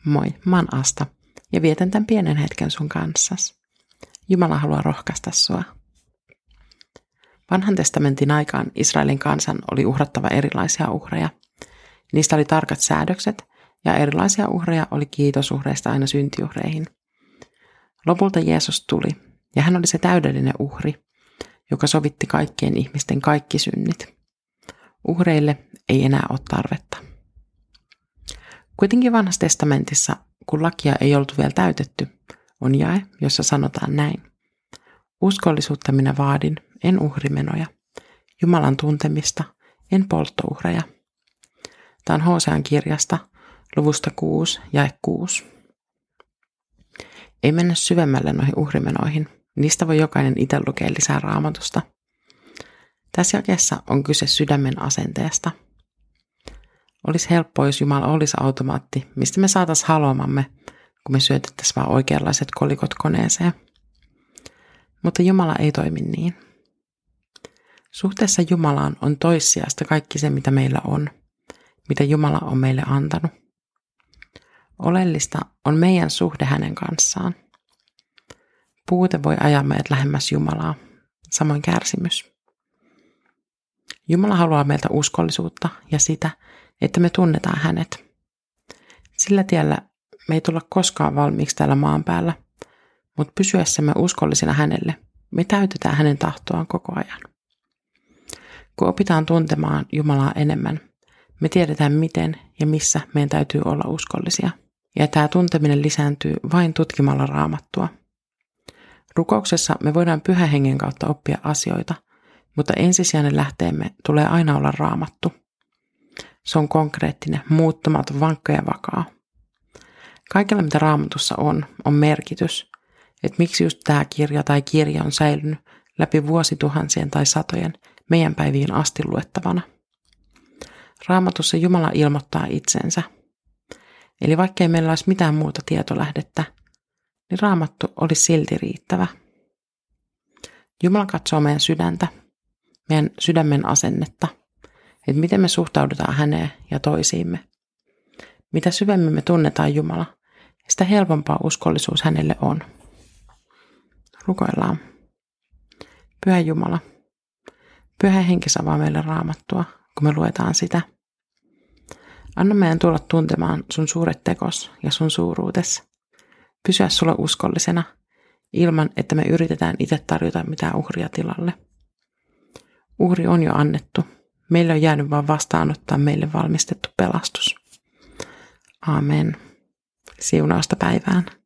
Moi, mä oon Asta ja vietän tämän pienen hetken sun kanssas. Jumala haluaa rohkaista sua. Vanhan testamentin aikaan Israelin kansan oli uhrattava erilaisia uhreja. Niistä oli tarkat säädökset ja erilaisia uhreja oli kiitosuhreista aina syntiuhreihin. Lopulta Jeesus tuli ja hän oli se täydellinen uhri, joka sovitti kaikkien ihmisten kaikki synnit. Uhreille ei enää ole tarvetta. Kuitenkin vanhassa testamentissa, kun lakia ei oltu vielä täytetty, on jae, jossa sanotaan näin. Uskollisuutta minä vaadin, en uhrimenoja. Jumalan tuntemista, en polttouhreja. Tämä on Hosean kirjasta, luvusta 6, jae 6. Ei mennä syvemmälle noihin uhrimenoihin. Niistä voi jokainen itse lukea lisää Raamatusta. Tässä jakeessa on kyse sydämen asenteesta. Olisi helppoa, jos Jumala olisi automaatti, mistä me saataisiin haluamamme, kun me syötettäisiin vaan oikeanlaiset kolikot koneeseen. Mutta Jumala ei toimi niin. Suhteessa Jumalaan on toissijasta kaikki se, mitä meillä on, mitä Jumala on meille antanut. Oleellista on meidän suhde hänen kanssaan. Puute voi ajaa meidät lähemmäs Jumalaa, samoin kärsimys. Jumala haluaa meiltä uskollisuutta ja sitä, että me tunnetaan hänet. Sillä tiellä me ei tulla koskaan valmiiksi täällä maan päällä, mutta pysyessämme uskollisina hänelle, me täytetään hänen tahtoaan koko ajan. Kun opitaan tuntemaan Jumalaa enemmän, me tiedetään miten ja missä meidän täytyy olla uskollisia. Ja tämä tunteminen lisääntyy vain tutkimalla Raamattua. Rukouksessa me voidaan Pyhän Hengen kautta oppia asioita, mutta ensisijainen lähteemme tulee aina olla Raamattu. Se on konkreettinen, muuttumaton, vankka ja vakaa. Kaikella mitä Raamatussa on merkitys, että miksi just tämä kirja tai kirja on säilynyt läpi vuosituhansien tai satojen meidän päiviin asti luettavana. Raamatussa Jumala ilmoittaa itsensä. Eli vaikkei meillä olisi mitään muuta tietolähdettä, niin Raamattu olisi silti riittävä. Jumala katsoo meidän sydäntä, meidän sydämen asennetta, että miten me suhtaudutaan häneen ja toisiimme. Mitä syvemmin me tunnetaan Jumala, sitä helpompaa uskollisuus hänelle on. Rukoillaan. Pyhä Jumala, Pyhä Henki avaa meille Raamattua, kun me luetaan sitä. Anna meidän tulla tuntemaan sun suuret tekos ja sun suuruutes. Pysyä sulle uskollisena, ilman että me yritetään itse tarjota mitään uhria tilalle. Uhri on jo annettu. Meille on jäänyt vain vastaanottaa meille valmistettu pelastus. Aamen. Siunausta päivään.